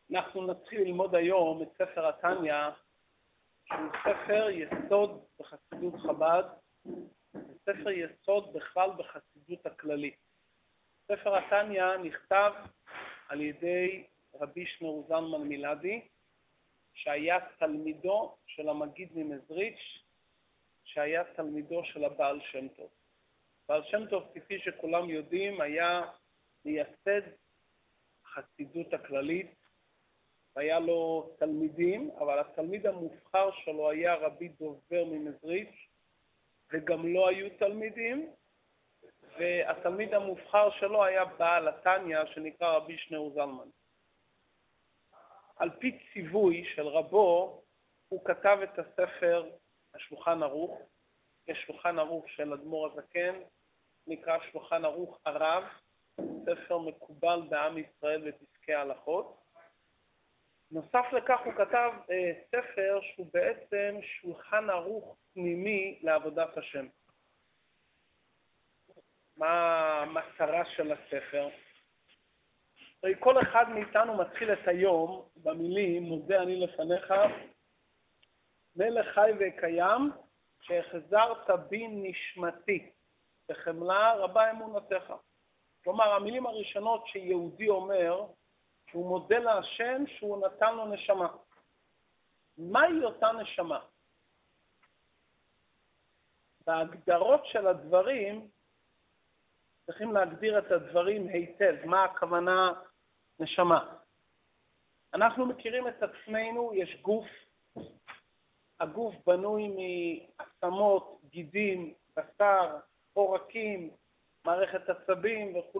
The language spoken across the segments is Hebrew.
אנחנו נתחיל ללמוד היום את ספר התניא, שהוא ספר יסוד בחסידות חב"ד, ספר יסוד בכלל בחסידות הכללית. ספר התניא נכתב על ידי רבי שניאור זלמן מלאדי, שהיה תלמידו של המגיד ממזריץ', שהיה תלמידו של הבעל שם טוב. בעל שם טוב, כפי שכולם יודעים, היה מייסד החסידות הכללית, היה לו תלמידים, אבל התלמיד המובחר שלו היה רבי דובר ממזריץ', וגם לא היו תלמידים, והתלמיד המובחר שלו היה בעל התניא שנקרא רבי שניאור זלמן. על פי ציווי של רבו, הוא כתב את הספר השולחן ערוך. יש שולחן ערוך של אדמו"ר הזקן, נקרא שולחן ערוך ערב, ספר מקובל בעם ישראל בפסקי הלכות. נוסף לכך הוא כתב ספר שהוא בעצם שולחן ערוך פנימי לעבודת השם. מה המטרה של הספר? כל אחד מאיתנו מתחיל את היום במילים, מודה אני לפניך, מלך חי וקיים, שהחזרת בי נשמתי, בחמלה רבה אמונתך. כלומר, המילים הראשונות שיהודי אומר, שהוא מודה להשם שהוא נתן לו נשמה. מהי אותה נשמה? בהגדרות של הדברים, צריכים להגדיר את הדברים היטב, מה הכוונה נשמה. אנחנו מכירים את עצמנו, יש גוף, הגוף בנוי מעצמות, גידים, בשר, עורקים, מערכת עצבים וכו'.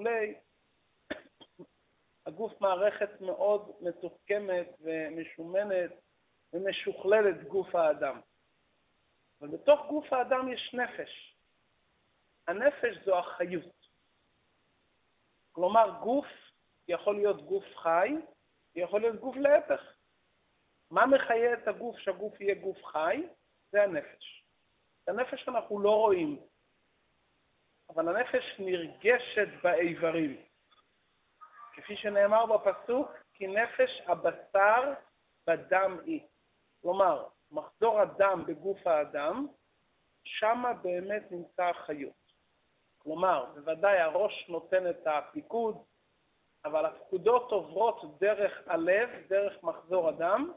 הגוף מערכת מאוד מתוחכמת ומשומנת ומשוכללת גוף האדם. ובתוך גוף האדם יש נפש. הנפש זו החיות. כלומר, גוף יכול להיות גוף חי, יכול להיות גוף להפך. מה מחיה את הגוף שהגוף יהיה גוף חי? זה הנפש. את הנפש אנחנו לא רואים, אבל הנפש נרגשת באיברים. כפי שנאמר בפסוק, כי נפש הבשר בדם היא. כלומר, מחזור הדם בגוף האדם, שמה באמת נמצא החיות. כלומר, בוודאי הראש נותן את הפיקוד, אבל הפקודות עוברות דרך הלב, דרך מחזור הדם,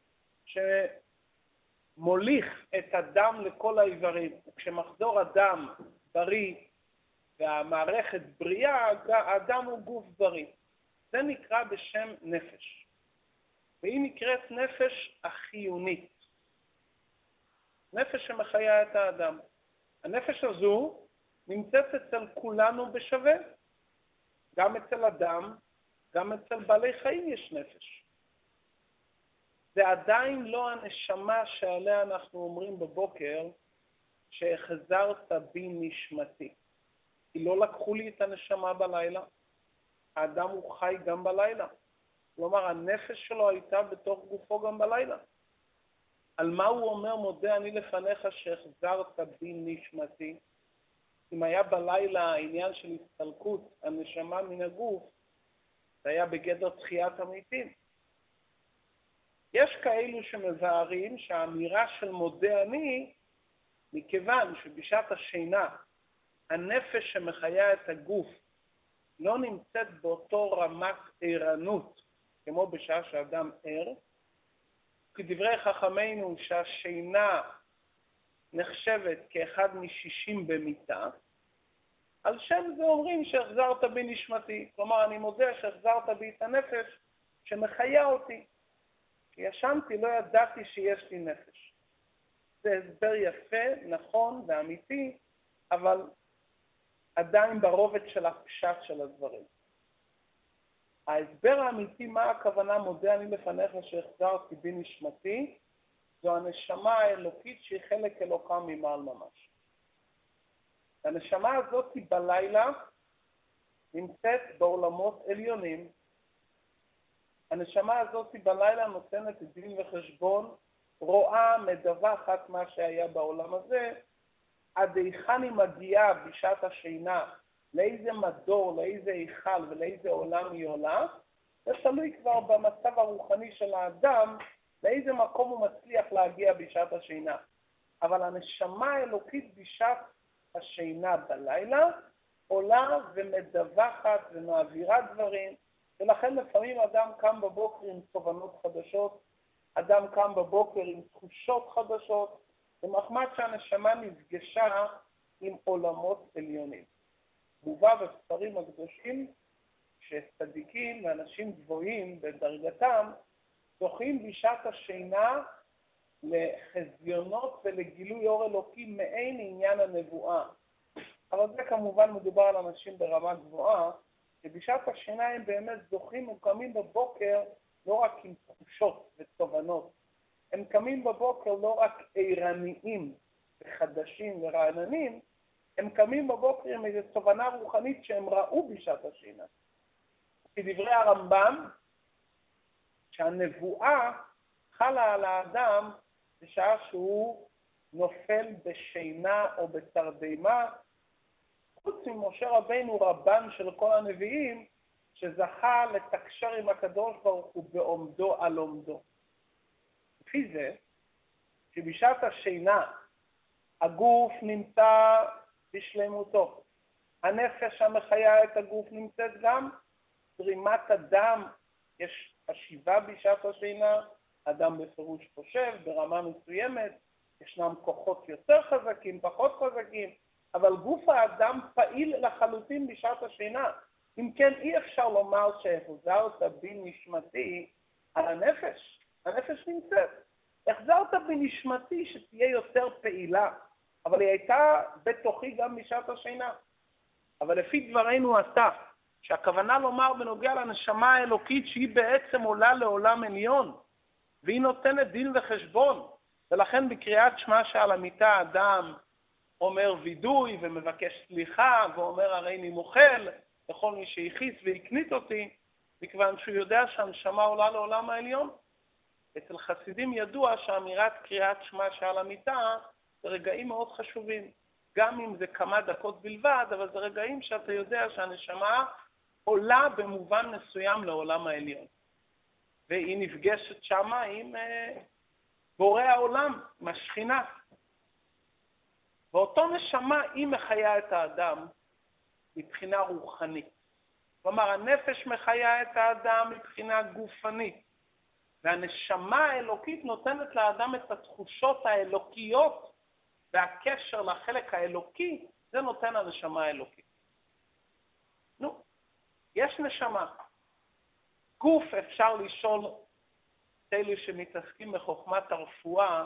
שמוליך את הדם לכל האיברים. כשמחזור הדם בריא והמערכת בריאה, האדם הוא גוף בריא. זה נקרא בשם נפש. והיא נקראת נפש החיונית. נפש שמחיה את האדם. הנפש הזו נמצאת אצל כולנו בשווה. גם אצל אדם, גם אצל בעלי חיים יש נפש. זה עדיין לא הנשמה שעליה אנחנו אומרים בבוקר, שהחזרת בי נשמתי. כי לא לקחו לי את הנשמה בלילה. האדם הוא חי גם בלילה. כלומר, הנפש שלו הייתה בתוך גופו גם בלילה. על מה הוא אומר, מודה אני לפניך שהחזרת בי נשמתי? אם היה בלילה העניין של הסתלקות הנשמה מן הגוף, זה היה בגדר תחיית המתים. יש כאלו שמבארים שהאמירה של מודה אני, מכיוון שבשעת השינה, הנפש שמחיה את הגוף לא נמצאת באותו רמת ערנות, כמו בשעה שאדם ער, כדברי חכמינו שהשינה נחשבת כאחד מ-60 במיטה, על שם זה אומרים שהחזרת בי נשמתי. כלומר, אני מודה שהחזרת בי את הנפש שמחיה אותי. כי ישנתי, לא ידעתי שיש לי נפש. זה הסבר יפה, נכון ואמיתי, אבל עדיין ברובד של הפשט של הדברים. ההסבר האמיתי, מה הכוונה מודה אני לפניך שהחזרתי בי נשמתי, זו הנשמה האלוקית שהיא חלק אלוקה ממעל ממש. הנשמה הזאת בלילה נמצאת בעולמות עליונים. הנשמה הזאת בלילה נותנת דין וחשבון, רואה, מדווחת מה שהיה בעולם הזה, עד היכן היא מגיעה בשעת השינה, לאיזה מדור, לאיזה היכל ולאיזה עולם היא עולה, זה תלוי כבר במצב הרוחני של האדם, לאיזה מקום הוא מצליח להגיע בשעת השינה. אבל הנשמה האלוקית בשעת השינה בלילה עולה ומדווחת ומעבירה דברים, ולכן לפעמים אדם קם בבוקר עם תובנות חדשות, אדם קם בבוקר עם תחושות חדשות, ומחמד שהנשמה נפגשה עם עולמות עליונים. מובא בספרים הקדושים שצדיקים ואנשים גבוהים בדרגתם זוכים בשעת השינה לחזיונות ולגילוי אור אלוקי מעין עניין הנבואה. אבל זה כמובן מדובר על אנשים ברמה גבוהה, שבשעת השינה הם באמת זוכים, הם קמים בבוקר לא רק עם תחושות ותובנות, הם קמים בבוקר לא רק עירניים וחדשים ורעננים, הם קמים בבוקר עם איזו תובנה רוחנית שהם ראו בשעת השינה. כדברי הרמב"ם, שהנבואה חלה על האדם בשעה שהוא נופל בשינה או בתרדמה, חוץ ממשה רבינו רבן של כל הנביאים, שזכה לתקשר עם הקדוש ברוך הוא בעומדו על עומדו. לפי זה, שבשעת השינה הגוף נמצא בשלמותו. הנפש המחיה את הגוף נמצאת גם, זרימת הדם, יש חשיבה בשעת השינה, אדם בפירוש חושב ברמה מסוימת, ישנם כוחות יותר חזקים, פחות חזקים, אבל גוף האדם פעיל לחלוטין בשעת השינה. אם כן, אי אפשר לומר שהחזרת בי נשמתי על הנפש. הנפש נמצאת. החזרת בי נשמתי שתהיה יותר פעילה, אבל היא הייתה בתוכי גם בשעת השינה. אבל לפי דברנו עתה, שהכוונה לומר בנוגע לנשמה האלוקית שהיא בעצם עולה לעולם עליון, והיא נותנת דין וחשבון, ולכן בקריאת שמע שעל המיטה האדם אומר וידוי ומבקש סליחה, ואומר הרי אני מוחל לכל מי שהכיס והקנית אותי, מכיוון שהוא יודע שהנשמה עולה לעולם העליון. אצל חסידים ידוע שאמירת קריאת שמע שעל המיטה זה רגעים מאוד חשובים, גם אם זה כמה דקות בלבד, אבל זה רגעים שאתה יודע שהנשמה עולה במובן מסוים לעולם העליון. והיא נפגשת שמה עם בורא העולם, עם השכינה. ואותו נשמה היא מחיה את האדם מבחינה רוחנית. כלומר, הנפש מחיה את האדם מבחינה גופנית. והנשמה האלוקית נותנת לאדם את התחושות האלוקיות, והקשר לחלק האלוקי, זה נותן הנשמה האלוקית. יש נשמה. גוף אפשר לשאול אלו שמתעסקים בחוכמת הרפואה,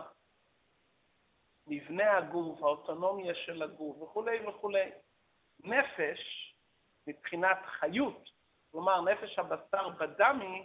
מבנה הגוף, האוטונומיה של הגוף וכו' וכו'. נפש, מבחינת חיות, כלומר נפש הבשר בדמי,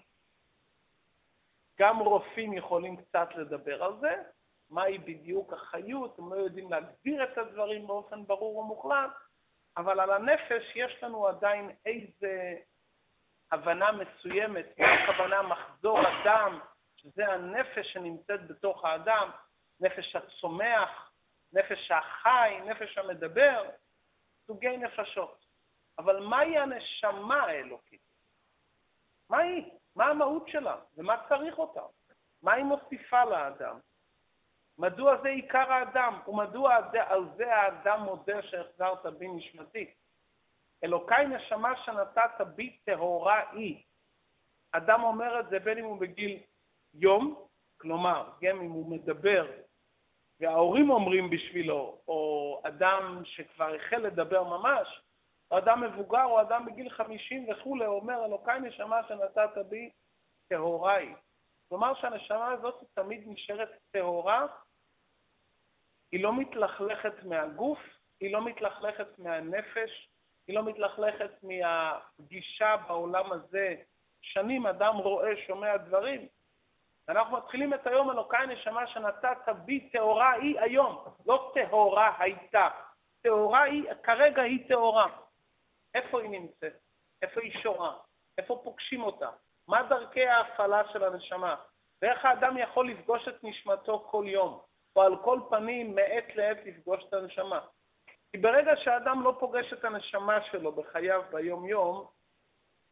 גם רופאים יכולים קצת לדבר על זה, מהי בדיוק החיות, הם לא יודעים להגדיר את הדברים באופן ברור ומוחלט, אבל על הנפש יש לנו עדיין איזה הבנה מסוימת, הכוונה מחזור אדם, שזה הנפש שנמצאת בתוך האדם, נפש הצומח, נפש החי, נפש המדבר, סוגי נפשות. אבל מהי הנשמה האלוקית? מה היא? מה המהות שלה? ומה צריך אותה? מה היא מוסיפה לאדם? מדוע זה עיקר האדם? ומדוע על זה האדם מודה שהחזרת בי נשמתי? אלוקי נשמה שנתת בי טהורה היא. אדם אומר את זה בין אם הוא בגיל יום, כלומר, גם אם הוא מדבר, וההורים אומרים בשבילו, או אדם שכבר החל לדבר ממש, או אדם מבוגר, או אדם בגיל 50 וכו', הוא אומר, אלוקי נשמה שנתת בי טהורה היא. כלומר שהנשמה הזאת תמיד נשארת טהורה, היא לא מתלכלכת מהגוף, היא לא מתלכלכת מהנפש, היא לא מתלכלכת מהפגישה בעולם הזה. שנים אדם רואה, שומע דברים. אנחנו מתחילים את היום אלוקי נשמה שנתת בי טהורה היא היום, לא טהורה הייתה. טהורה היא, כרגע היא טהורה. איפה היא נמצאת? איפה היא שורה? איפה פוגשים אותה? מה דרכי ההפעלה של הנשמה? ואיך האדם יכול לפגוש את נשמתו כל יום? או על כל פנים מעת לעת לפגוש את הנשמה? כי ברגע שהאדם לא פוגש את הנשמה שלו בחייו ביום יום,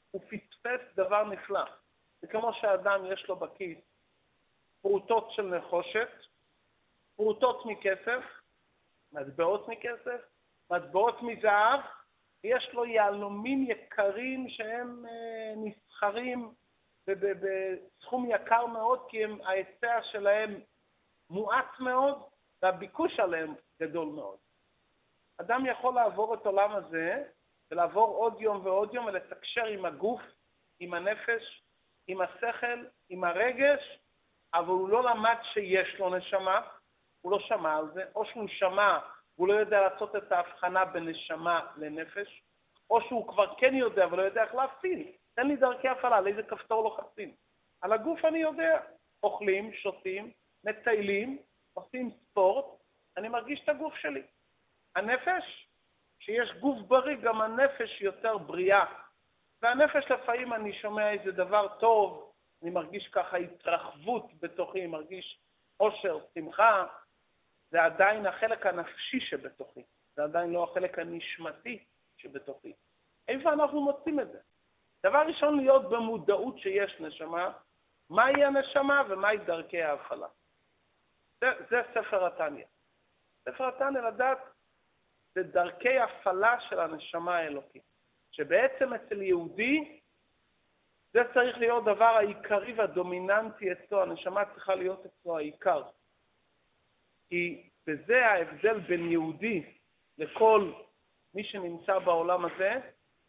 הוא פספס דבר נפלא. זה כמו שהאדם יש לו בכיס פרוטות של נחושת, פרוטות מכסף, מטבעות מכסף, מטבעות מזהב, יש לו יהלומים יקרים שהם נסחרים בסכום יקר מאוד, כי ההיצע שלהם מועט מאוד והביקוש עליהם גדול מאוד. אדם יכול לעבור את העולם הזה ולעבור עוד יום ועוד יום ולתקשר עם הגוף, עם הנפש, עם השכל, עם הרגש, אבל הוא לא למד שיש לו נשמה, הוא לא שמע על זה, או שהוא שמע והוא לא יודע לעשות את ההבחנה בין נשמה לנפש, או שהוא כבר כן יודע ולא יודע איך להפעיל. תן לי דרכי הפעלה, על איזה כפתור לוחצים. על הגוף אני יודע, אוכלים, שותים, מטיילים, עושים ספורט, אני מרגיש את הגוף שלי. הנפש, שיש גוף בריא, גם הנפש יותר בריאה. והנפש לפעמים אני שומע איזה דבר טוב, אני מרגיש ככה התרחבות בתוכי, מרגיש עושר, שמחה, זה עדיין החלק הנפשי שבתוכי, זה עדיין לא החלק הנשמתי שבתוכי. איפה אנחנו מוצאים את זה? דבר ראשון, להיות במודעות שיש נשמה, מהי הנשמה ומהי דרכי ההפעלה. זה ספר התניא. ספר התניא לדעת זה דרכי הפעלה של הנשמה האלוקית, שבעצם אצל יהודי זה צריך להיות דבר העיקרי והדומיננטי אצלו, הנשמה צריכה להיות אצלו העיקר. כי בזה ההבדל בין יהודי לכל מי שנמצא בעולם הזה.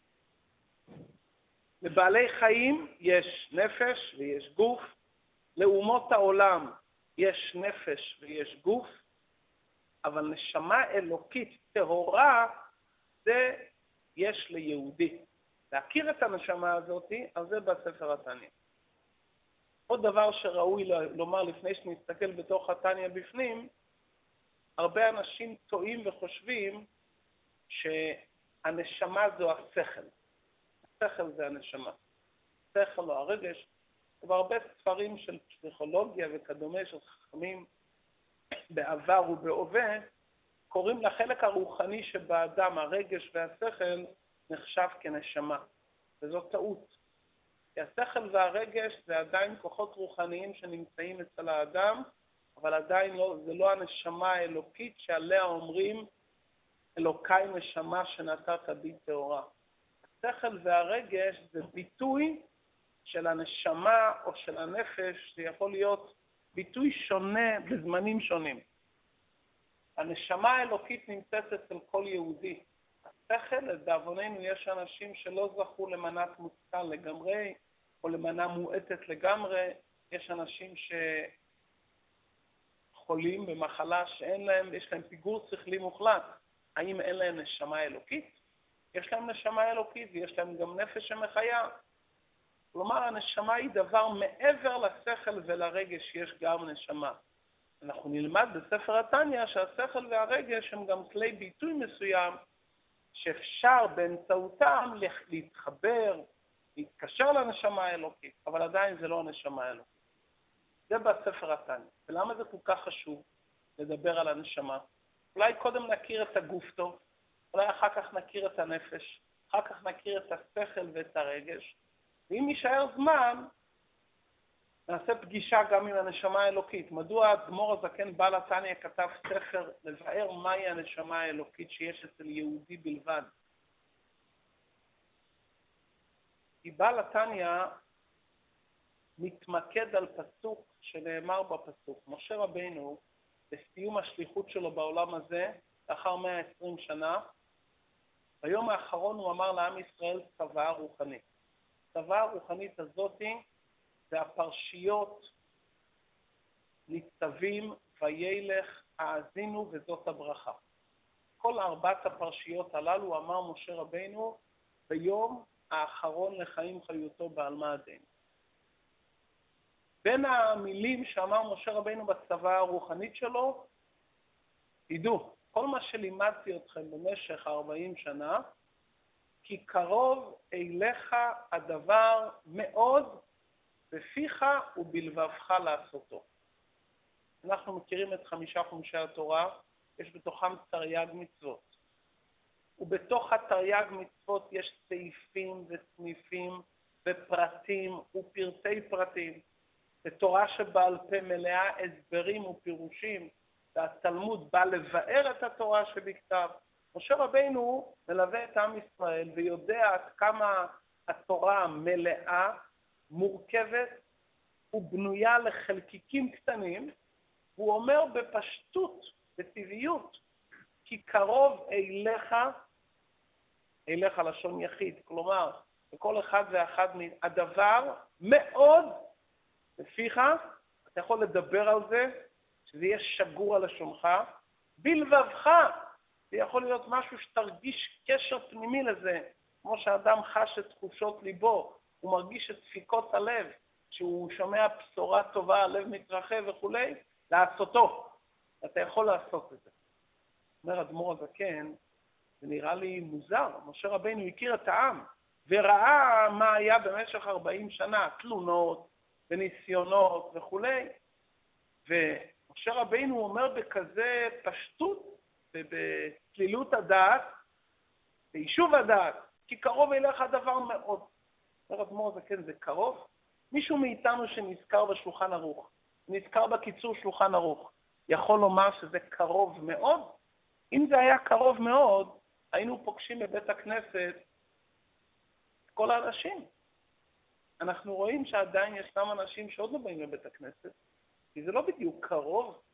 לבעלי חיים יש נפש ויש גוף, לאומות העולם יש נפש ויש גוף, אבל נשמה אלוקית טהורה זה יש ליהודי. להכיר את הנשמה הזאת, אז זה בספר התניא. עוד דבר שראוי לומר לפני שנסתכל בתוך התניא בפנים, הרבה אנשים טועים וחושבים שהנשמה זו השכל. השכל זה הנשמה. השכל או הרגש, ובהרבה ספרים של פסיכולוגיה וכדומה של חכמים בעבר ובהווה, קוראים לחלק הרוחני שבאדם, הרגש והשכל, נחשב כנשמה. וזו טעות. כי השכל והרגש זה עדיין כוחות רוחניים שנמצאים אצל האדם, אבל עדיין לא, זה לא הנשמה האלוקית שעליה אומרים אלוקי נשמה שנתת בי טהורה. השכל והרגש זה ביטוי של הנשמה או של הנפש, זה יכול להיות ביטוי שונה בזמנים שונים. הנשמה האלוקית נמצאת אצל כל יהודי. השכל, לדאבוננו, יש אנשים שלא זכו למנת מושכל לגמרי, או למנה מועטת לגמרי. יש אנשים שחולים במחלה שאין להם, יש להם פיגור שכלי מוחלט. האם אין להם נשמה אלוקית? יש להם נשמה אלוקית ויש להם גם נפש שמחיה. כלומר, הנשמה היא דבר מעבר לשכל ולרגש, יש גם נשמה. אנחנו נלמד בספר התניא שהשכל והרגש הם גם כלי ביטוי מסוים, שאפשר באמצעותם להתחבר, להתקשר לנשמה האלוקית, אבל עדיין זה לא הנשמה האלוקית. זה בספר התניא. ולמה זה כל כך חשוב לדבר על הנשמה? אולי קודם נכיר את הגוף טוב, אולי אחר כך נכיר את הנפש, אחר כך נכיר את השכל ואת הרגש, ואם יישאר זמן, נעשה פגישה גם עם הנשמה האלוקית. מדוע האדמו"ר הזקן בעל התניא כתב ספר לבאר מהי הנשמה האלוקית שיש אצל יהודי בלבד? כי בעל התניא מתמקד על פסוק שנאמר בפסוק. משה רבינו, בסיום השליחות שלו בעולם הזה, לאחר 120 שנה, ביום האחרון הוא אמר לעם ישראל צוואה רוחנית. הצוואה הרוחנית הזאת זה הפרשיות ניצבים וילך האזינו וזאת הברכה. כל 4 הפרשיות הללו אמר משה רבינו ביום האחרון לחיים חיותו בעלמא דין. בין המילים שאמר משה רבינו בצוואה הרוחנית שלו, תדעו, כל מה שלימדתי אתכם במשך 40 שנה, כי קרוב אליך הדבר מאוד בפיך ובלבבך לעשותו. אנחנו מכירים את 5 חומשי התורה, יש בתוכם תרי"ג מצוות. ובתוך התרי"ג מצוות יש סעיפים וסניפים ופרטים ופרטי פרטים, ותורה שבעל פה מלאה הסברים ופירושים, והתלמוד בא לבאר את התורה שבכתב. משה רבינו מלווה את עם ישראל ויודע עד כמה התורה מלאה, מורכבת ובנויה לחלקיקים קטנים, והוא אומר בפשטות, בטבעיות, כי קרוב אליך לשון יחיד, כלומר, בכל אחד ואחד הדבר מאוד לפיך, אתה יכול לדבר על זה, שזה יהיה שגור על לשונך, בלבבך, זה יכול להיות משהו שתרגיש קשר פנימי לזה, כמו שאדם חש את תחושות ליבו, הוא מרגיש את דפיקות הלב, שהוא שומע בשורה טובה, הלב מתרחב וכו', לעשותו. אתה יכול לעשות את זה. אומר אדמו"ר הזקן, זה נראה לי מוזר, משה רבינו הכיר את העם, וראה מה היה במשך 40 שנה, תלונות וניסיונות וכו'. ומשה רבינו אומר בכזה פשטות, ובצלילות הדעת, ביישוב הדעת, כי קרוב אליך הדבר מאוד. אומר אדמו"ר הזקן, זה קרוב? מישהו מאיתנו שנזכר בשולחן ערוך, נזכר בקיצור שולחן ערוך, יכול לומר שזה קרוב מאוד? אם זה היה קרוב מאוד, היינו פוגשים בבית הכנסת את כל האנשים. אנחנו רואים שעדיין ישנם אנשים שעוד לא באים לבית הכנסת, כי זה לא בדיוק קרוב.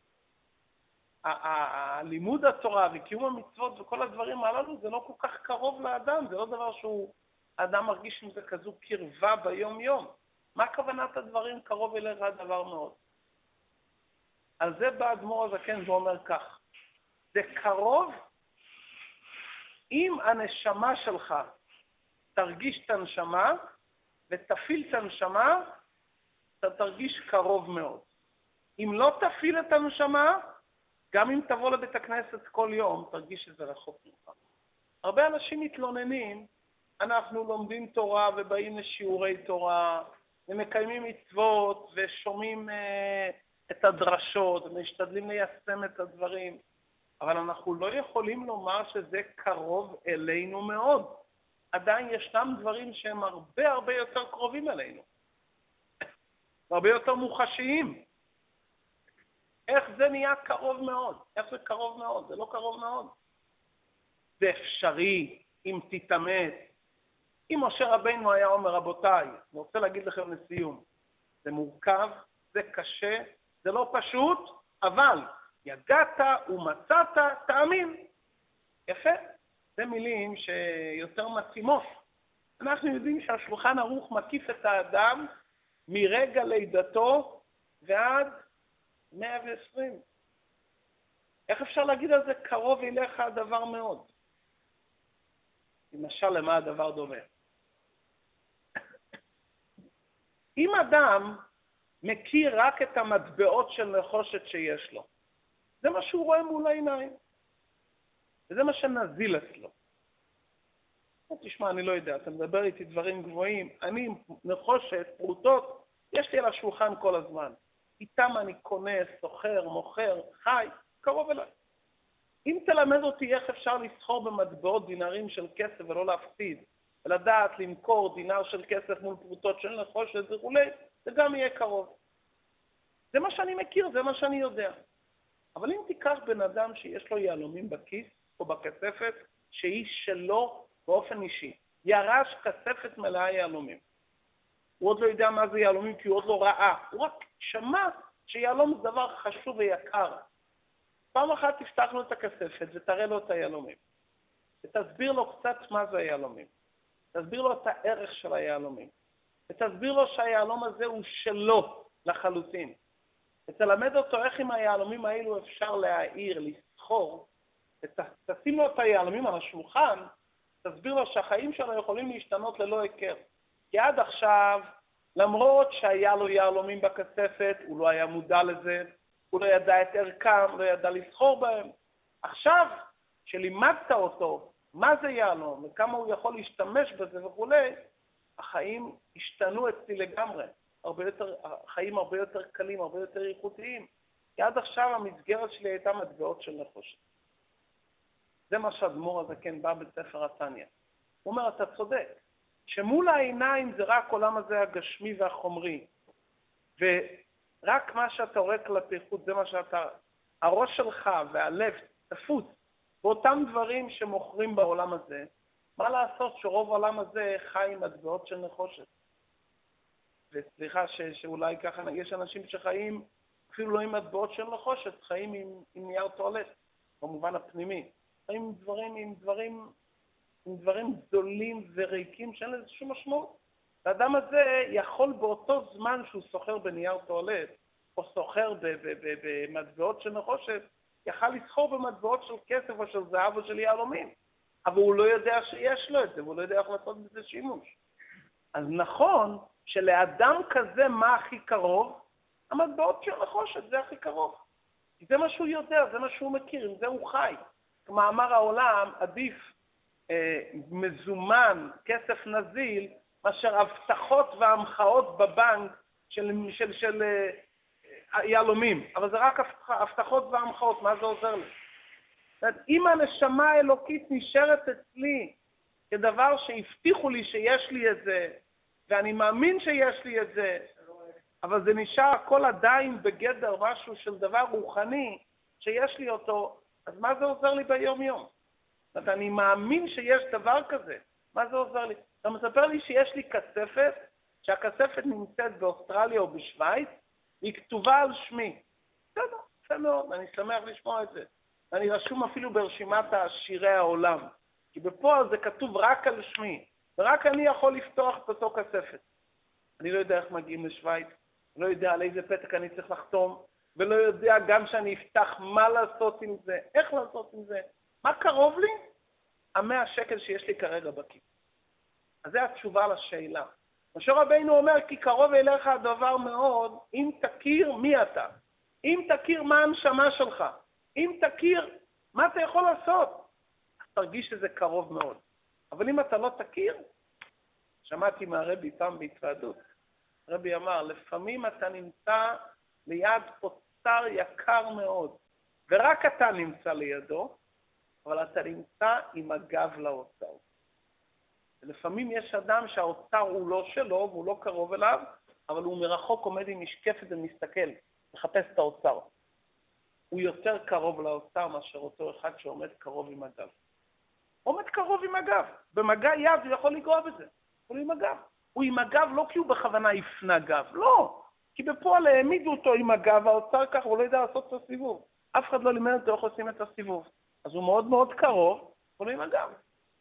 הלימוד התורה וקיום המצוות וכל הדברים הללו, זה לא כל כך קרוב לאדם, זה לא דבר האדם מרגיש עם זה כזו קרבה ביום יום. מה כוונת הדברים קרוב אליך הדבר מאוד? על זה בא אדמו"ר הזקן ואומר כך, זה קרוב אם הנשמה שלך תרגיש את הנשמה ותפיל את הנשמה, אתה תרגיש קרוב מאוד. אם לא תפיל את הנשמה, גם אם תבוא לבית הכנסת כל יום, תרגיש שזה רחוק ממך. הרבה אנשים מתלוננים, אנחנו לומדים תורה ובאים לשיעורי תורה, ומקיימים מצוות ושומעים את הדרשות, ומשתדלים ליישם את הדברים, אבל אנחנו לא יכולים לומר שזה קרוב אלינו מאוד. עדיין ישנם דברים שהם הרבה הרבה יותר קרובים אלינו, הרבה יותר מוחשיים. איך זה נהיה קרוב מאוד? איך זה קרוב מאוד? זה לא קרוב מאוד. זה אפשרי אם תתאמץ. אם משה רבינו היה אומר, רבותיי, אני רוצה להגיד לכם לסיום, זה מורכב, זה קשה, זה לא פשוט, אבל יגעת ומצאת, תאמין. יפה. זה מילים שיותר מתאימות. אנחנו יודעים שהשולחן ערוך מקיף את האדם מרגע לידתו ועד 120. איך אפשר להגיד על זה קרוב אליך הדבר מאוד? למשל, למה הדבר דומה? אם אדם מכיר רק את המטבעות של נחושת שיש לו, זה מה שהוא רואה מול העיניים, וזה מה שנזיל אצלו. תשמע, אני לא יודע, אתה מדבר איתי דברים גבוהים, אני נחושת, פרוטות, יש לי על השולחן כל הזמן. איתם אני קונה, סוחר, מוכר, חי, קרוב אליי. אם תלמד אותי איך אפשר לסחור במטבעות דינרים של כסף ולא להפסיד, ולדעת למכור דינר של כסף מול פרוטות של נחושת וכו', זה גם יהיה קרוב. זה מה שאני מכיר, זה מה שאני יודע. אבל אם תיקח בן אדם שיש לו יהלומים בכיס או בכספת, שהיא שלו באופן אישי, ירש כספת מלאה יהלומים. הוא עוד לא יודע מה זה יהלומים כי הוא עוד לא ראה. הוא רק שמע שיהלום זה דבר חשוב ויקר. פעם אחת תפתח לו את הכספת ותראה לו את היהלומים. ותסביר לו קצת מה זה היהלומים. תסביר לו את הערך של היהלומים. ותסביר לו שהיהלום הזה הוא שלו לחלוטין. ותלמד אותו איך עם היהלומים האלו אפשר להעיר, לסחור. ותשים לו את היהלומים על השולחן, תסביר לו שהחיים שלו יכולים להשתנות ללא היכר. כי עד עכשיו, למרות שהיה לו יהלומים בכספת, הוא לא היה מודע לזה, הוא לא ידע את ערכם, לא ידע לסחור בהם. עכשיו, שלימדת אותו מה זה יהלום וכמה הוא יכול להשתמש בזה וכו', החיים השתנו אצלי לגמרי. החיים הרבה יותר קלים, הרבה יותר איכותיים. כי עד עכשיו המסגרת שלי הייתה מטבעות של נחושת. זה מה שהאדמו"ר הזקן בא בספר התניא. הוא אומר, אתה צודק. שמול העיניים זה רק עולם הזה הגשמי והחומרי, ורק מה שאתה רואה כלפי חוץ, זה מה שאתה, הראש שלך והלב תפוץ באותם דברים שמוכרים בעולם הזה. מה לעשות שרוב העולם הזה חי עם מטבעות של נחושת? וסליחה שאולי ככה, יש אנשים שחיים אפילו לא עם מטבעות של נחושת, חיים עם נייר טואלט, במובן הפנימי. חיים עם דברים גדולים וריקים שאין לזה שום משמעות. האדם הזה יכול באותו זמן שהוא סוחר בנייר טואלט, או סוחר במטבעות של נחושת, יכל לסחור במטבעות של כסף או של זהב או של יהלומים. אבל הוא לא יודע שיש לו את זה, והוא לא יודע איך לעשות בזה שימוש. אז נכון שלאדם כזה מה הכי קרוב? המטבעות של נחושת, זה הכי קרוב. זה מה שהוא יודע, זה מה שהוא מכיר, עם זה הוא חי. כמאמר העולם, עדיף מזומן, כסף נזיל, מאשר הבטחות והמחאות בבנק של יהלומים. אבל זה רק הבטחות והמחאות, מה זה עוזר לי? אם הנשמה האלוקית נשארת אצלי כדבר שהבטיחו לי שיש לי את זה, ואני מאמין שיש לי את זה, אבל זה נשאר הכל עדיין בגדר משהו של דבר רוחני שיש לי אותו, אז מה זה עוזר לי ביום יום? אני מאמין שיש דבר כזה, מה זה עוזר לי? אתה מספר לי שיש לי כספת, שהכספת נמצאת באוסטרליה או בשוויץ, היא כתובה על שמי. בסדר, יפה מאוד, אני שמח לשמוע את זה. אני רשום אפילו ברשימת עשירי העולם, כי בפועל זה כתוב רק על שמי, ורק אני יכול לפתוח את אותו כספת. אני לא יודע איך מגיעים לשוויץ, לא יודע על איזה פתק אני צריך לחתום, ולא יודע גם שאני אפתח מה לעשות עם זה, איך לעשות עם זה. מה קרוב לי? 100 שקל שיש לי כרגע בכיס. אז זו התשובה לשאלה. משה רבינו אומר, כי קרוב אליך הדבר מאוד, אם תכיר מי אתה, אם תכיר מה הנשמה שלך, אם תכיר מה אתה יכול לעשות, אז תרגיש שזה קרוב מאוד. אבל אם אתה לא תכיר, שמעתי מהרבי פעם בהתוועדות, הרבי אמר, לפעמים אתה נמצא ליד אוצר יקר מאוד, ורק אתה נמצא לידו, אבל אתה נמצא עם הגב לאוצר. ולפעמים יש אדם שהאוצר הוא לא שלו, והוא לא קרוב אליו, אבל הוא מרחוק עומד עם משקפת ומסתכל, מחפש את האוצר. הוא יותר קרוב לאוצר מאשר אותו אחד שעומד קרוב עם הגב. עומד קרוב עם הגב. במגע יד הוא יכול לגוע בזה. הוא עם הגב. הוא עם הגב לא כי הוא בכוונה יפנה גב, לא. כי בפועל העמידו אותו עם הגב, האוצר כך, הוא לא יודע לעשות את הסיבוב. אף אחד לא לימד אותו איך עושים את הסיבוב. אז הוא מאוד מאוד קרוב, אבל עם הגב.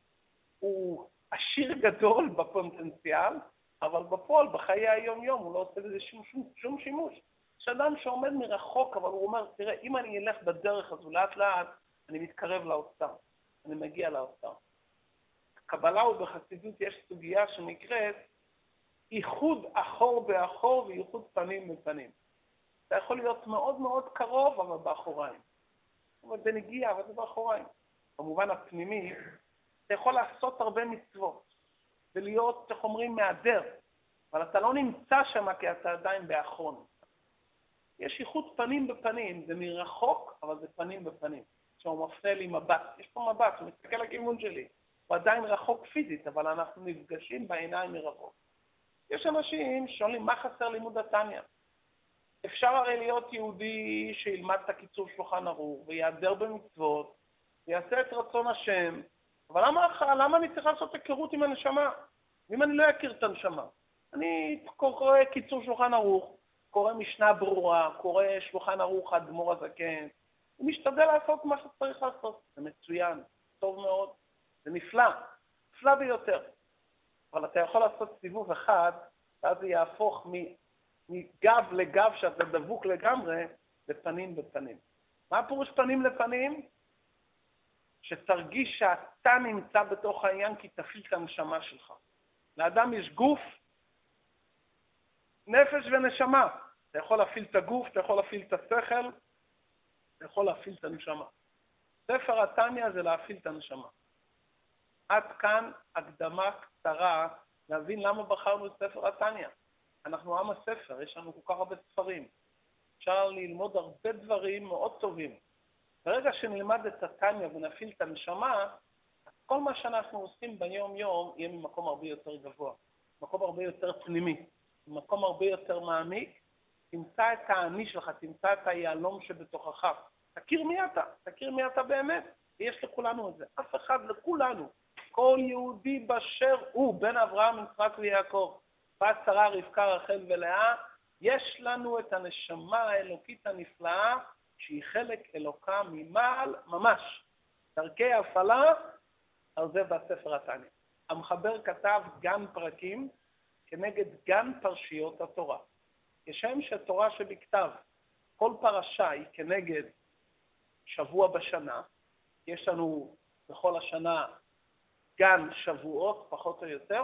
הוא עשיר גדול בפוטנציאל, אבל בפועל, בחיי היום-יום, הוא לא עושה לזה שום שימוש. יש אדם שעומד מרחוק, אבל הוא אומר, תראה, אם אני אלך בדרך הזו לאט לאט, אני מתקרב לאוצר, אני מגיע לאוצר. בקבלה ובחסידות יש סוגיה שנקראת ייחוד אחור באחור וייחוד פנים בפנים. אתה יכול להיות מאוד מאוד קרוב, אבל באחוריים. אבל זה נגיע, אבל זה באחוריים. במובן הפנימי, אתה יכול לעשות הרבה מצוות, ולהיות, איך אומרים, מהדר, אבל אתה לא נמצא שם כי אתה עדיין באחרון. יש ייחוד פנים בפנים, זה מרחוק, אבל זה פנים בפנים. שהוא מפנה לי מבט, יש פה מבט, הוא מסתכל לכיוון שלי. הוא עדיין רחוק פיזית, אבל אנחנו נפגשים בעיניים מרחוק. יש אנשים שואלים, מה חסר לימוד התניא? אפשר הרי להיות יהודי שילמד את הקיצור שולחן ערוך, ויעדר במצוות, ויעשה את רצון השם, אבל למה אני צריך לעשות היכרות עם הנשמה? ואם אני לא אכיר את הנשמה? אני קורא קיצור שולחן ערוך, קורא משנה ברורה, קורא שולחן ערוך האדמו"ר הזקן, ומשתדל לעשות מה שצריך לעשות. זה מצוין, טוב מאוד, זה נפלא, נפלא ביותר. אבל אתה יכול לעשות סיבוב אחד, ואז זה יהפוך מגב לגב שאתה דבוק לגמרי, לפנים בפנים. מה הפירוש פנים לפנים? שתרגיש שאתה נמצא בתוך העניין כי תפעיל את הנשמה שלך. לאדם יש גוף, נפש ונשמה. אתה יכול להפעיל את הגוף, אתה יכול להפעיל את השכל, אתה יכול להפעיל את הנשמה. ספר התניא זה להפעיל את הנשמה. עד כאן הקדמה קצרה להבין למה בחרנו את ספר התניא. אנחנו עם הספר, יש לנו כל כך הרבה ספרים. אפשר ללמוד הרבה דברים מאוד טובים. ברגע שנלמד את התניא ונפעיל את הנשמה, כל מה שאנחנו עושים ביום יום יהיה ממקום הרבה יותר גבוה, מקום הרבה יותר פנימי, מקום הרבה יותר מעמיק. תמצא את האני שלך, תמצא את היעלום שבתוכך. תכיר מי אתה, תכיר מי אתה באמת. יש לכולנו את זה, אף אחד, לכולנו. כל יהודי באשר הוא, בן אברהם, יצחק ויעקב, בת שרה, רבקה, רחל ולאה, יש לנו את הנשמה האלוקית הנפלאה, שהיא חלק אלוקה ממעל ממש. דרכי הפעלה, על זה בספר התניא. המחבר כתב גן פרקים כנגד גן פרשיות התורה. כשם שתורה שבכתב, כל פרשה היא כנגד שבוע בשנה, יש לנו בכל השנה גן שבועות, פחות או יותר,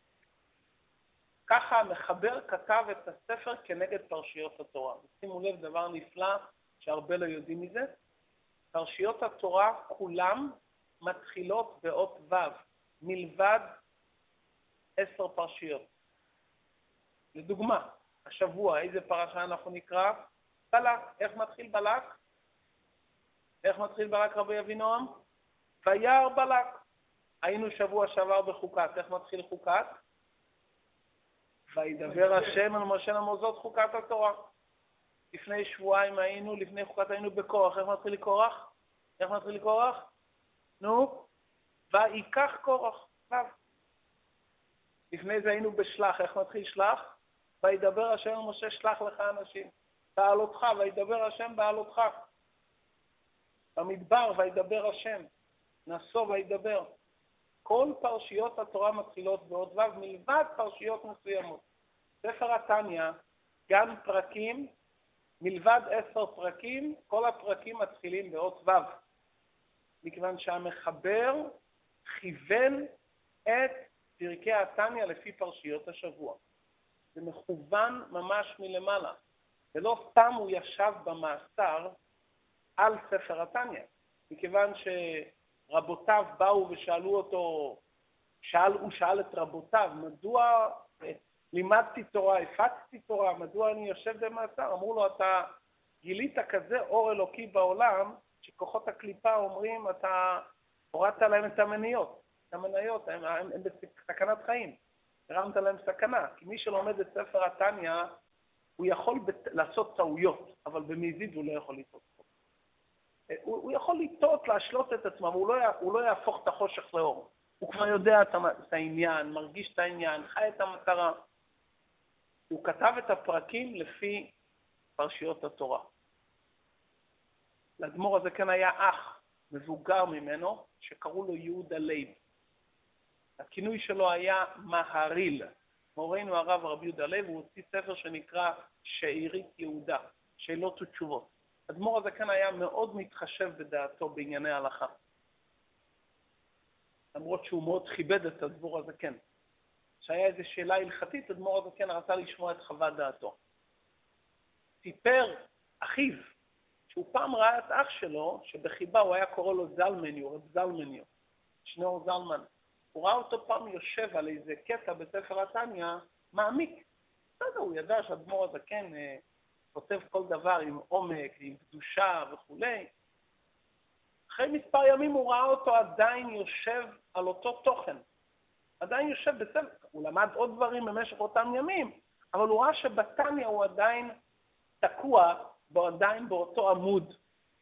ככה המחבר כתב את הספר כנגד פרשיות התורה. שימו לב, דבר נפלא שהרבה לא יודעים מזה, פרשיות התורה כולם מתחילות באות ו', מלבד 10 פרשיות. לדוגמה, השבוע, איזה פרשה אנחנו נקרא? בלק. איך מתחיל בלק? איך מתחיל בלק רבי אבינועם? וירא בלק. היינו שבוע שעבר בחוקת. איך מתחיל חוקת? וידבר השם אל משה למוזות חוקת התורה. לפני שבועיים היינו, לפני חוקת היינו בקורח. איך מתחיל קורח? איך מתחיל קורח? נו, ויקח קורח. לפני זה היינו בשלח. איך מתחיל שלח? וידבר השם אל משה שלח לך אנשים. בעלותך, וידבר השם בעלותך. במדבר, וידבר השם. נסו וידבר. כל פרשיות התורה מתחילות באות ו' מלבד פרשיות מסוימות. ספר התניא, גן פרקים, מלבד 10 פרקים, כל הפרקים מתחילים באות ו'. מכיוון שהמחבר כיוון את פרקי התניא לפי פרשיות השבוע. זה מכוון ממש מלמעלה. ולא סתם הוא ישב במאסר על ספר התניא. מכיוון שרבותיו באו ושאלו אותו, הוא שאל את רבותיו, מדוע לימדתי תורה, הפצתי תורה, מדוע אני יושב במאסר? אמרו לו, אתה גילית כזה אור אלוקי בעולם, שכוחות הקליפה אומרים, אתה הורדת להם את המניות. את המניות, הם בסכנת חיים. הרמת להם סכנה. כי מי שלומד את ספר התניא, הוא יכול לעשות טעויות, אבל במזיד הוא לא יכול לטעות. הוא יכול לטעות, להשלות את עצמו, הוא לא יהפוך את החושך לאור. הוא כבר יודע את העניין, מרגיש את העניין, חי את המטרה. הוא כתב את הפרקים לפי פרשיות התורה. לאדמו"ר הזה כן היה אח מבוגר ממנו, שקראו לו יהודה לייב. הכינוי שלו היה מהריל. מורנו הרב רבי יהודה לייב, הוא הוציא ספר שנקרא שארית יהודה, שאלות ותשובות. האדמו"ר הזה כן היה מאוד מתחשב בדעתו בענייני ההלכה. למרות שהוא מאוד כיבד את האדמו"ר הזה כן. כשהיה איזו שאלה הלכתית, האדמו"ר הזה כן רצה לשמוע את חוות דעתו. סיפר אחיו, שהוא פעם ראה את אח שלו, שבחיבה הוא היה קורא לו זלמניו, רב זלמניו, שניאור זלמן. הוא ראה אותו פעם יושב על איזה קטע בספר התניא, מעמיק. בסדר, הוא ידע שהאדמו"ר הזה כן כותב כל דבר עם עומק, עם קדושה וכו'. אחרי מספר ימים הוא ראה אותו עדיין יושב על אותו תוכן. עדיין יושב בספר, הוא למד עוד דברים במשך אותם ימים, אבל הוא ראה שבתניא הוא עדיין תקוע, עדיין באותו עמוד.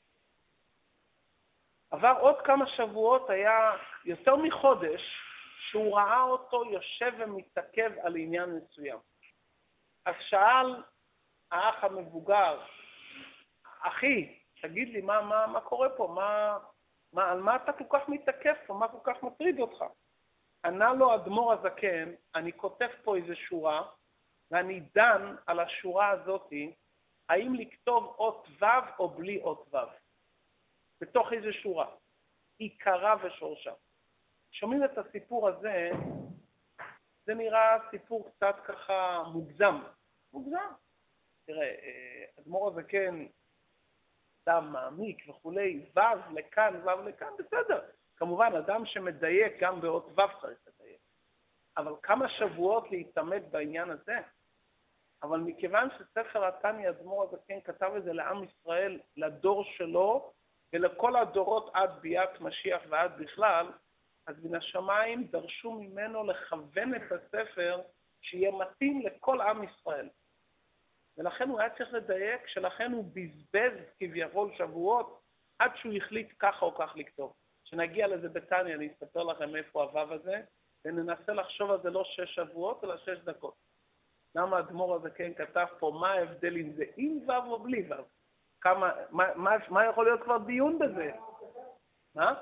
עבר עוד כמה שבועות, היה יותר מחודש, שהוא ראה אותו יושב ומתעכב על עניין מסוים. אז שאל האח המבוגר, אחי, תגיד לי, מה קורה פה? על מה אתה כל כך מתעכב פה? מה כל כך מטריד אותך? ענה לו האדמו"ר הזקן, אני כותב פה איזו שורה, ואני דן על השורה הזאת, האם לכתוב אות ו' או בלי אות ו'. בתוך איזו שורה. עיקרה ושורשה. שומעים את הסיפור הזה, זה נראה סיפור קצת ככה מוגזם. מוגזם. תראה, האדמו"ר הזקן, אדם מעמיק וכולי, ו' לכאן, ו' לכאן, בסדר. כמובן, אדם שמדייק גם באות ו' צריך לדייק. אבל כמה שבועות להתעמד בעניין הזה? אבל מכיוון שספר התניא, האדמו"ר הזקן כתב את זה לעם ישראל, לדור שלו, ולכל הדורות עד ביאת משיח ועד בכלל, אז מן השמיים דרשו ממנו לכוון את הספר שיהיה מתאים לכל עם ישראל. ולכן הוא היה צריך לדייק, שלכן הוא בזבז כביכול שבועות, עד שהוא החליט ככה או כך לכתוב. כשנגיע לזה בתניא, אני אספר לכם איפה הוו הזה, וננסה לחשוב על זה לא 6 שבועות, אלא 6 דקות. למה האדמו"ר הזה כן כתב פה, מה ההבדל אם זה עם וו או בלי וו? מה יכול להיות כבר דיון בזה? מה?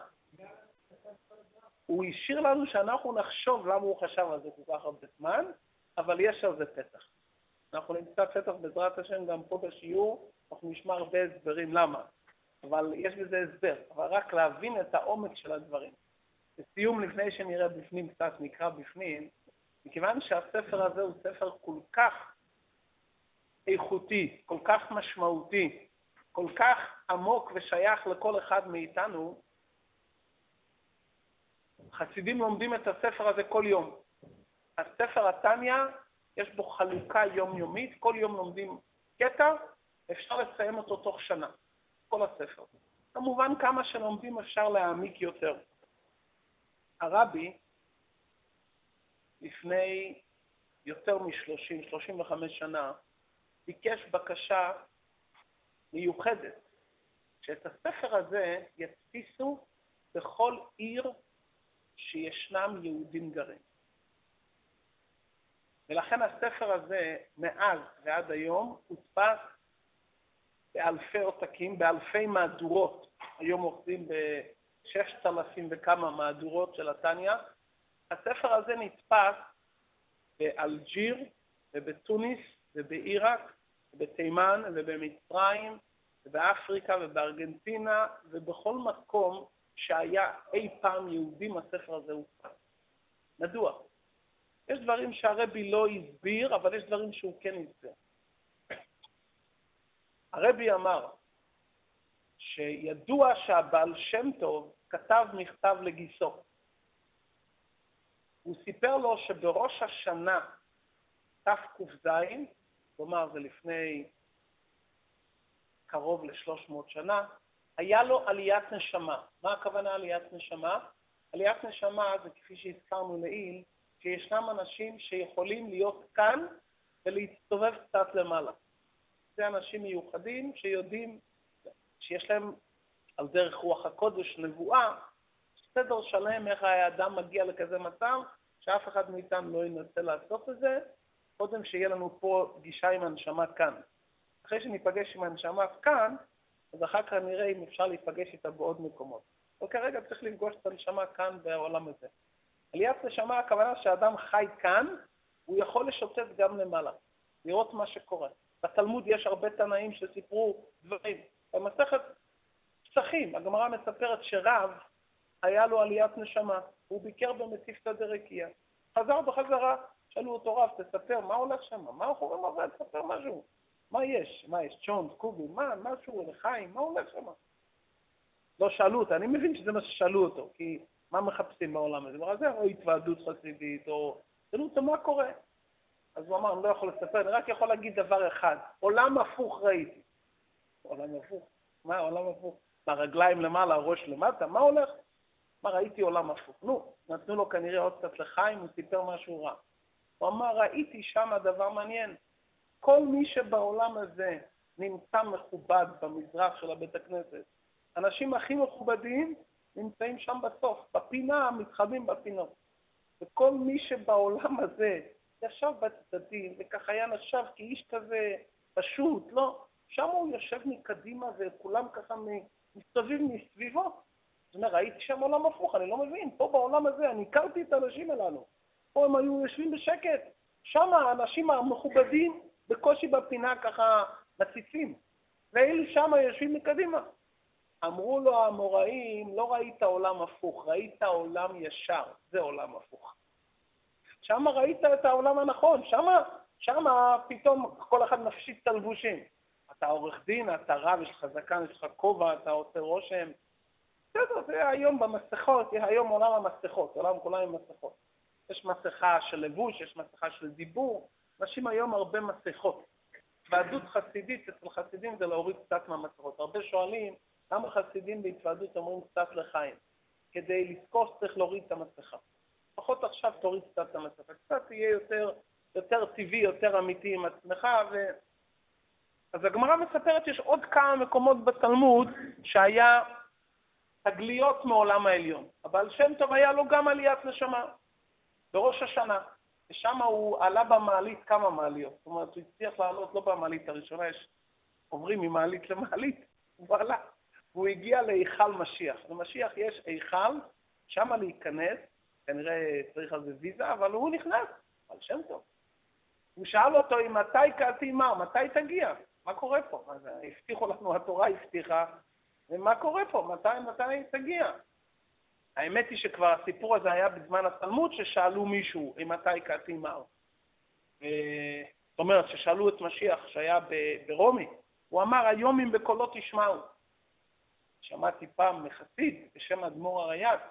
הוא השאיר לנו שאנחנו נחשוב למה הוא חשב על זה כל כך הרבה זמן, אבל יש על זה פתח. אנחנו נמצא פתח בעזרת השם גם פה בשיעור, אנחנו נשמע הרבה הסברים למה. אבל יש בזה הסבר, אבל רק להבין את העומק של הדברים. לסיום, לפני שנראה בפנים קצת, נקרא בפנים, מכיוון שהספר הזה הוא ספר כל כך איכותי, כל כך משמעותי, כל כך עמוק ושייך לכל אחד מאיתנו, חסידים לומדים את הספר הזה כל יום. הספר התניא, יש בו חלוקה יומיומית, כל יום לומדים קטע, אפשר לסיים אותו תוך שנה, כל הספר. כמובן כמה שלומדים אפשר להעמיק יותר. הרבי, לפני יותר מ-35 שנה, ביקש בקשה מיוחדת, שאת הספר הזה ידפיסו בכל עיר שישנם יהודים גרים. ולכן הספר הזה, מאז ועד היום, הודפס באלפי עותקים, באלפי מהדורות. היום עובדים ב-6,000 וכמה מהדורות של התניא. הספר הזה נתפס באלג'יר ובתוניס ובעיראק ובתימן ובמצרים ובאפריקה ובארגנטינה ובכל מקום שהיה אי פעם יהודים, הספר הזה הודפס. מדוע? יש דברים שהרבי לא הסביר, אבל יש דברים שהוא כן הסביר. הרבי אמר שידוע שהבעל שם טוב כתב מכתב לגיסו. הוא סיפר לו שבראש השנה תק"ז, כלומר זה לפני קרוב ל-300 שנה, היה לו עליית נשמה. מה הכוונה עליית נשמה? עליית נשמה זה כפי שהזכרנו לעיל, שישנם אנשים שיכולים להיות כאן ולהסתובב קצת למעלה. זה אנשים מיוחדים שיודעים שיש להם על דרך רוח הקודש נבואה, סדר שלם איך האדם מגיע לכזה מצב, שאף אחד מאיתנו לא ינסה לעשות את זה, קודם שיהיה לנו פה פגישה עם הנשמה כאן. אחרי שניפגש עם הנשמה כאן, אז אחר כך נראה אם אפשר להיפגש איתה בעוד מקומות. אבל כרגע צריך לפגוש את הנשמה כאן בעולם הזה. עליית נשמה, הכוונה שהאדם חי כאן, הוא יכול לשוטט גם למעלה, לראות מה שקורה. בתלמוד יש הרבה תנאים שסיפרו דברים. במסכת פסחים, הגמרא מספרת שרב היה לו עליית נשמה, הוא ביקר במציפתא דרקיע. חזר בחזרה, שאלו אותו רב, תספר, מה הולך שם? מה הולך שם? תספר משהו. מה יש? מה יש? צ'ון, קובי, משהו, לחיים, מה הולך שם? לא שאלו אותו, אני מבין שזה מה ששאלו אותו, כי מה מחפשים בעולם הזה? הוא אומר, או התוועדות חסידית, או... שאלו אותו, מה קורה? אז הוא אמר, אני לא יכול לספר, אני רק יכול להגיד דבר אחד, עולם הפוך ראיתי. עולם הפוך? מה עולם הפוך? מהרגליים למעלה, הראש למטה, מה הולך? מה ראיתי עולם הפוך? נו, נתנו לו כנראה עוד קצת לחיים, הוא סיפר משהו רע. הוא אמר, ראיתי שם דבר מעניין. כל מי שבעולם הזה נמצא מכובד במזרח של הבית הכנסת, אנשים הכי מכובדים נמצאים שם בסוף, בפינה, מתחבאים בפינות. וכל מי שבעולם הזה ישב בצדדים, וכך היה נחשב כאיש כזה פשוט, לא, שם הוא יושב מקדימה וכולם ככה מסתובבים מסביבו. זאת אומרת, ראיתי שם עולם הפוך, אני לא מבין, פה בעולם הזה אני הכרתי את האנשים הללו, פה הם היו יושבים בשקט, שם האנשים המכובדים בקושי בפינה ככה מציצים, ואלו שם יושבים מקדימה. אמרו לו המוראים, לא ראית עולם הפוך, ראית עולם ישר, זה עולם הפוך. שם ראית את העולם הנכון, שם פתאום כל אחד מפשיט את הלבושים. אתה עורך דין, אתה רב, יש לך זקן, יש לך כובע, אתה עושה רושם. זה היום במסכות, היום עולם המסכות, עולם כולם עם מסכות. יש מסכה של לבוש, יש מסכה של דיבור, אנשים היום הרבה מסכות. התוועדות חסידית, אצל חסידים זה להוריד קצת מהמסכות. הרבה שואלים, למה חסידים בהתוועדות אומרים קצת לחיים? כדי לזכוס צריך להוריד את המסכה. לפחות עכשיו תוריד קצת את המסכה, קצת תהיה יותר טבעי, יותר אמיתי עם עצמך. אז הגמרא מספרת שיש עוד כמה מקומות בתלמוד שהיה תגליות מעולם העליון. אבל שם טוב היה לו גם עליית נשמה בראש השנה. ושם הוא עלה במעלית כמה מעליות. זאת אומרת, הוא הצליח לעלות לא במעלית הראשונה, עוברים ממעלית למעלית, הוא עלה. והוא הגיע להיכל משיח. למשיח יש היכל, שם להיכנס, כנראה צריך על זה ויזה, אבל הוא נכנס, על שם טוב. הוא שאל אותו, מתי קראתי מה? מתי תגיע? מה קורה פה? הבטיחו לנו, התורה הבטיחה, ומה קורה פה? מתי תגיע? האמת היא שכבר הסיפור הזה היה בזמן התלמוד, ששאלו מישהו, מתי קראתי מה? זאת אומרת, ששאלו את משיח שהיה ברומי, הוא אמר, היום אם בקולו תשמעו. שמעתי פעם מחסיד בשם אדמו"ר הריי"צ,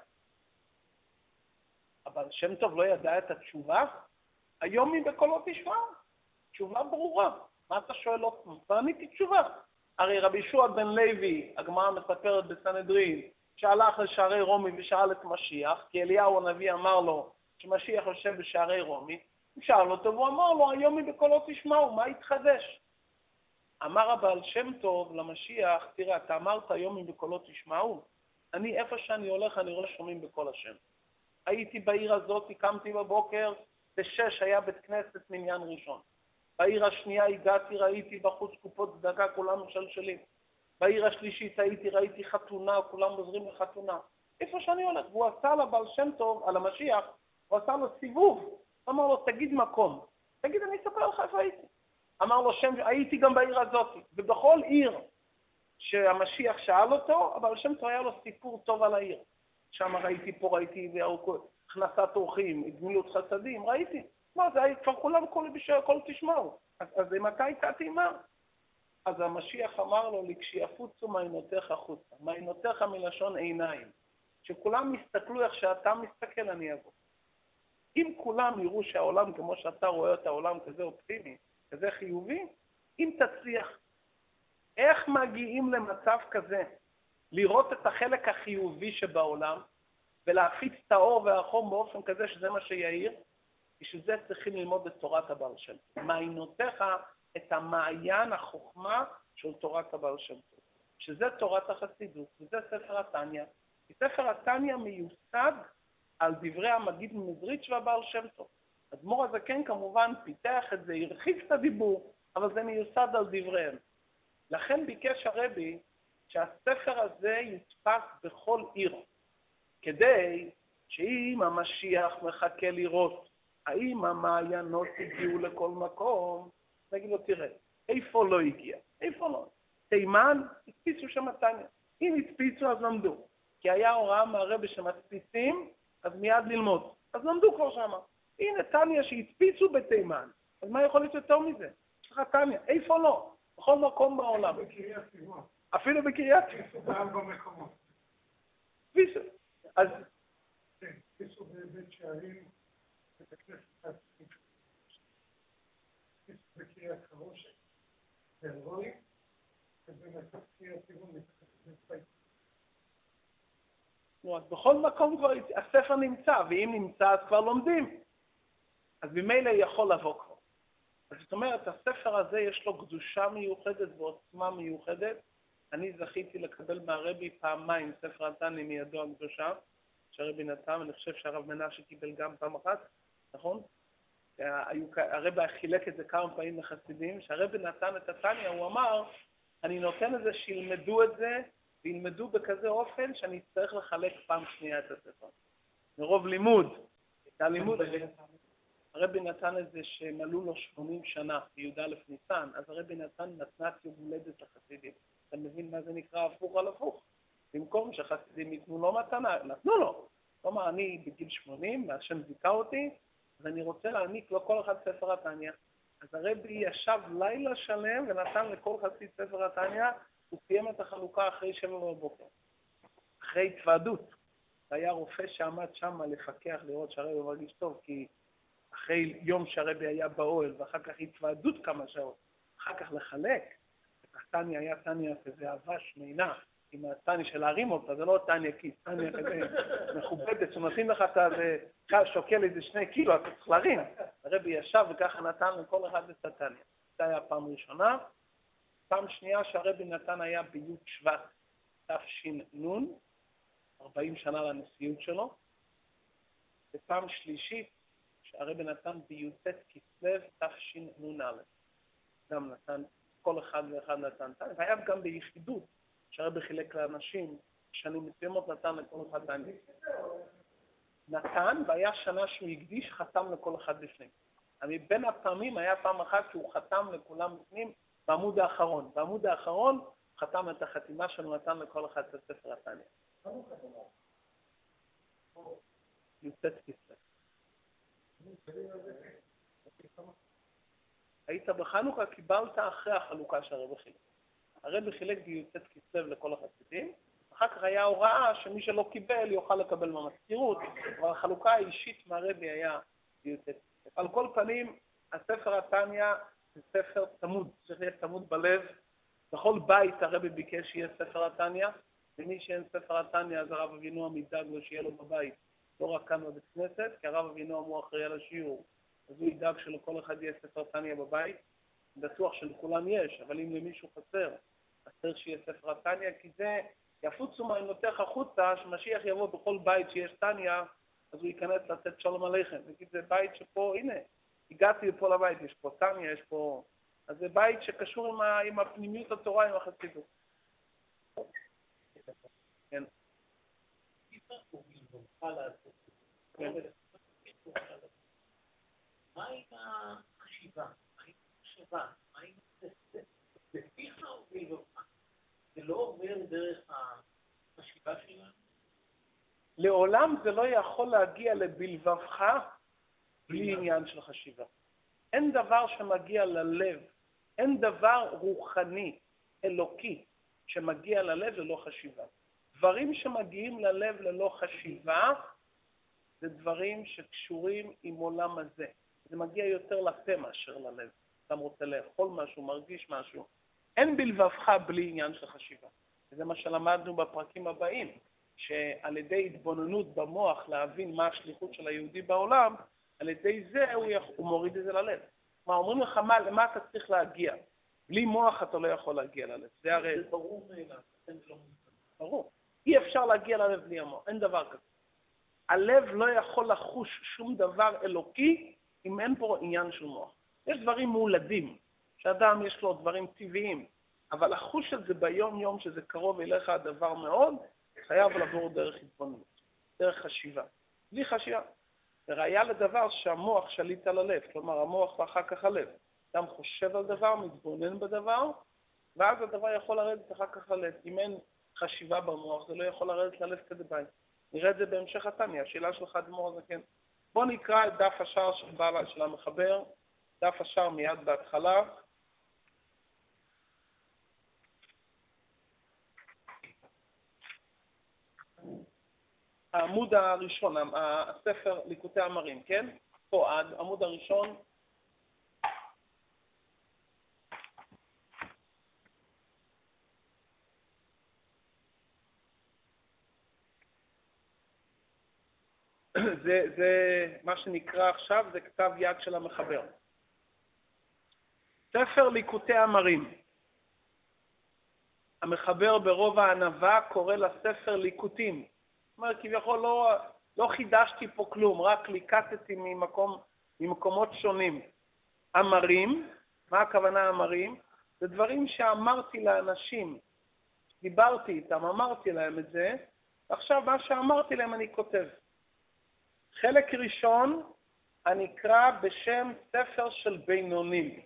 אבל שם טוב לא ידע את התשובה, היום אם בקולו תשמעו. תשובה ברורה. מה אתה שואל אותנו? ועניתי תשובה. הרי רבי ישוע בן לוי, הגמרא מספרת בסנהדרין, שהלך לשערי רומי ושאל את משיח, כי אליהו הנביא אמר לו שמשיח יושב בשערי רומי, הוא שאל אותו והוא אמר לו, היום אם בקולו תשמעו, מה יתחדש? אמר הבעל שם טוב למשיח, תראה, אתה אמרת היום אם בקולו תשמעו, אני איפה שאני הולך, אני רואה שומעים בקול השם. הייתי בעיר הזאת, קמתי בבוקר, ב-6 היה בית כנסת מניין ראשון. בעיר השנייה הגעתי, ראיתי בחוץ קופות צדקה, כולם משלשלים. בעיר השלישית ראיתי חתונה, כולם עוזרים לחתונה. איפה שאני הולך? והוא עשה לבעל שם טוב, על המשיח, הוא עשה לו סיבוב. אמר לו, תגיד מקום. תגיד, אני אספר לך איפה הייתי. אמר לו, הייתי גם בעיר הזאת. ובכל עיר שהמשיח שאל אותו, אבל שם טוב היה לו סיפור טוב על העיר. שם ראיתי פה, ראיתי הכנסת אורחים, גמילות חסדים, ראיתי. מה זה, כבר כולם כל תשמעו. אז מתי קראתי מה? אז המשיח אמר לו, כשיפוצו מעיינותיך החוצה. מעיינותיך מלשון עיניים. שכולם מסתכלו איך שאתה מסתכל, אני אבוא. אם כולם יראו שהעולם כמו שאתה רואה את העולם כזה אופטימי, כזה חיובי, אם תצליח, איך מגיעים למצב כזה? לראות את החלק החיובי שבעולם, ולהפיץ את האור והחום באופן כזה שזה מה שיעיר, בשביל זה צריכים ללמוד את תורת הבעל שם טוב. מעיינותיך את המעיין החוכמה של תורת הבעל שם טוב. שזה תורת החסידות, וזה ספר התניא. ספר התניא מיוסד על דברי המגיד ממזריץ' והבעל שם טוב. אדמו"ר הזקן כמובן פיתח את זה, הרחיב את הדיבור, אבל זה מיוסד על דבריהם. לכן ביקש הרבי שהספר הזה יודפס בכל עיר, כדי שאם המשיח מחכה לראות, האם המעיינות הגיעו לכל מקום, נגיד לו, תראה, איפה לא הגיע? איפה לא? תימן, הדפיסו שם תניא. אם הדפיסו, אז למדו. כי היה הוראה מהרבי שמדפיסים, אז מיד ללמוד. אז למדו כבר שם. הנה תניא שהדפיסו בתימן. אז מה יכול להיות יותר מזה? יש לך תניא. איפה לא? בכל מקום בעולם. בקריית שמונה. אפילו בקריית שמונה. במקומות. הדפיסו. אז... כן, הדפיסו בבית שערים, בבית כנסת בקריית חרושת, באלרועי, ובנתף קריית טבעון מתחת. אז בכל מקום כבר הספר נמצא, ואם נמצא אז כבר לומדים. אז ממילא יכול לבוא כבר. אז זאת אומרת, הספר הזה יש לו קדושה מיוחדת ועוצמה מיוחדת. אני זכיתי לקבל מהרבי פעמיים ספר התניא מידו הקדושה, שהרבי נתן, אני חושב שהרב מנשה קיבל גם פעם אחת, נכון? הרבי חילק את זה כמה פעמים לחסידים, שהרבי נתן את התניא, הוא אמר, אני נותן את זה שילמדו את זה, וילמדו בכזה אופן שאני אצטרך לחלק פעם שנייה את הספר. מרוב לימוד, את הלימוד, הרבי נתן את זה שמלאו לו 80 שנה, בי"א ניסן, אז הרבי נתן מתנת יום הולדת לחסידים. אתה מבין מה זה נקרא הפוך על הפוך? במקום שחסידים ייתנו לו מתנה, נתנו לו. כלומר, אני בגיל 80, והשם זיכה אותי, אז אני רוצה להעניק לו כל אחד ספר התניא. אז הרבי ישב לילה שלם ונתן לכל חסיד ספר התניא, הוא סיים את החלוקה אחרי 7 בבוקר. אחרי התוועדות. היה רופא שעמד שם לפקח לראות שהרבי מרגיש טוב, כי אחרי יום שהרבי היה באוהל, ואחר כך התוועדות כמה שעות, אחר כך לחלק. התניא היה תניא כזה אהבה שמינה, עם הטניה של להרים אותה, זה לא טניה כיס, טניה כזה מכובדת, שנותנים לך את זה, שוקל איזה 2 קילו, אתה צריך להרים. הרבי ישב וככה נתן לכל אחד את הטניה. זה היה פעם ראשונה. פעם שנייה שהרבי נתן היה בי' שבט תש"ן, 40 שנה לנשיאות שלו. ופעם שלישית שהרבי נתן בי"ט כסלו תשנ"א. גם נתן, כל אחד ואחד נתן. והיה גם ביחידות, שהרבי חילק לאנשים, שנים מסוימות נתן לכל אחד טניה. נתן, והיה שנה שהוא הקדיש, חתם לכל אחד בפנים. בין הפעמים היה פעם אחת שהוא חתם לכולם בפנים בעמוד האחרון. בעמוד האחרון חתם את החתימה שלו, נתן לכל אחד את ספר הטניה. י"ט כסלו. היית בחנוכה, קיבלת אחרי החלוקה שהרבי חילק. הרבי חילק בי"ט כסלו לכל החסידים, אחר כך היה הוראה שמי שלא קיבל יוכל לקבל מהמזכירות, אבל החלוקה האישית מהרבי היה בי"ט כסלו. על כל פנים, הספר הטניה זה ספר צמוד, צריך להיות צמוד בלב. בכל בית הרבי ביקש שיהיה ספר הטניה, ומי שאין ספר הטניה אז הרב אבינו המדאג לו שיהיה לו בבית, לא רק כאן בבית כנסת, כי הרב אבינו אמור אחראי על השיעור, אז הוא ידאג שלכל אחד יהיה ספר הטניה בבית. בטוח שלכולם יש, אבל אם למישהו חסר, אז צריך שיהיה ספר הטניה, כי זה יפוצו מהאמונתך החוצה, שמשיח יבוא בכל בית שיש טניה, אז הוא ייכנס לתת שלום עליכם. נגיד, זה בית שפה, הנה, הגעתי לפה לבית, יש פה טניה, יש פה... אז זה בית שקשור עם הפנימיות התורה, עם החסידות. כן. מה עם החשיבה? מה עם המחשבה? מה עם זה? בפיך או בלבבך? זה לא עובר דרך החשיבה שלנו? לעולם זה לא יכול להגיע לבלבבך בלי עניין של חשיבה. אין דבר שמגיע ללב, אין דבר רוחני, אלוקי, שמגיע ללב ללא חשיבה. דברים שמגיעים ללב ללא חשיבה, זה דברים שקשורים עם עולם הזה. זה מגיע יותר לפה מאשר ללב. אתה רוצה לאכול משהו, מרגיש משהו. אין בלבבך בלי עניין של חשיבה. וזה מה שלמדנו בפרקים הבאים, שעל ידי התבוננות במוח להבין מה השליחות של היהודי בעולם, על ידי זה הוא מוריד את זה ללב. מה, אומרים לך למה אתה צריך להגיע? בלי מוח אתה לא יכול להגיע ללב. זה הרי... זה ברור מאליו, זה לא מובן. ברור. אי אפשר להגיע ללב בלי המוח, אין דבר כזה. הלב לא יכול לחוש שום דבר אלוקי אם אין פה עניין של מוח. יש דברים מולדים, שאדם יש לו דברים טבעיים, אבל לחוש את זה ביום יום שזה קרוב אליך הדבר מאוד, חייב לעבור דרך התבוננות, דרך חשיבה. בלי חשיבה. וראיה לדבר שהמוח שליט על הלב, כלומר המוח ואחר כך הלב. אדם חושב על דבר, מתבונן בדבר, ואז הדבר יכול לרדת אחר כך ללב. אם אין חשיבה במוח, זה לא יכול לרדת ללב כדי בית. נראה את זה בהמשך הטניה, השאלה שלך אדמו"ר זה כן. בוא נקרא את דף השער של המחבר, דף השער מיד בהתחלה. העמוד הראשון, הספר ליקוטי אמרים, כן? פה, העמוד הראשון. זה מה שנקרא עכשיו, זה כתב יד של המחבר. ספר ליקוטי אמרים. המחבר ברוב הענווה קורא לספר ליקוטים. זאת אומרת, כביכול לא חידשתי פה כלום, רק ליקטתי ממקומות שונים. אמרים, מה הכוונה אמרים? זה דברים שאמרתי לאנשים, דיברתי איתם, אמרתי להם את זה, ועכשיו מה שאמרתי להם אני כותב. חלק ראשון הנקרא בשם ספר של בינונים.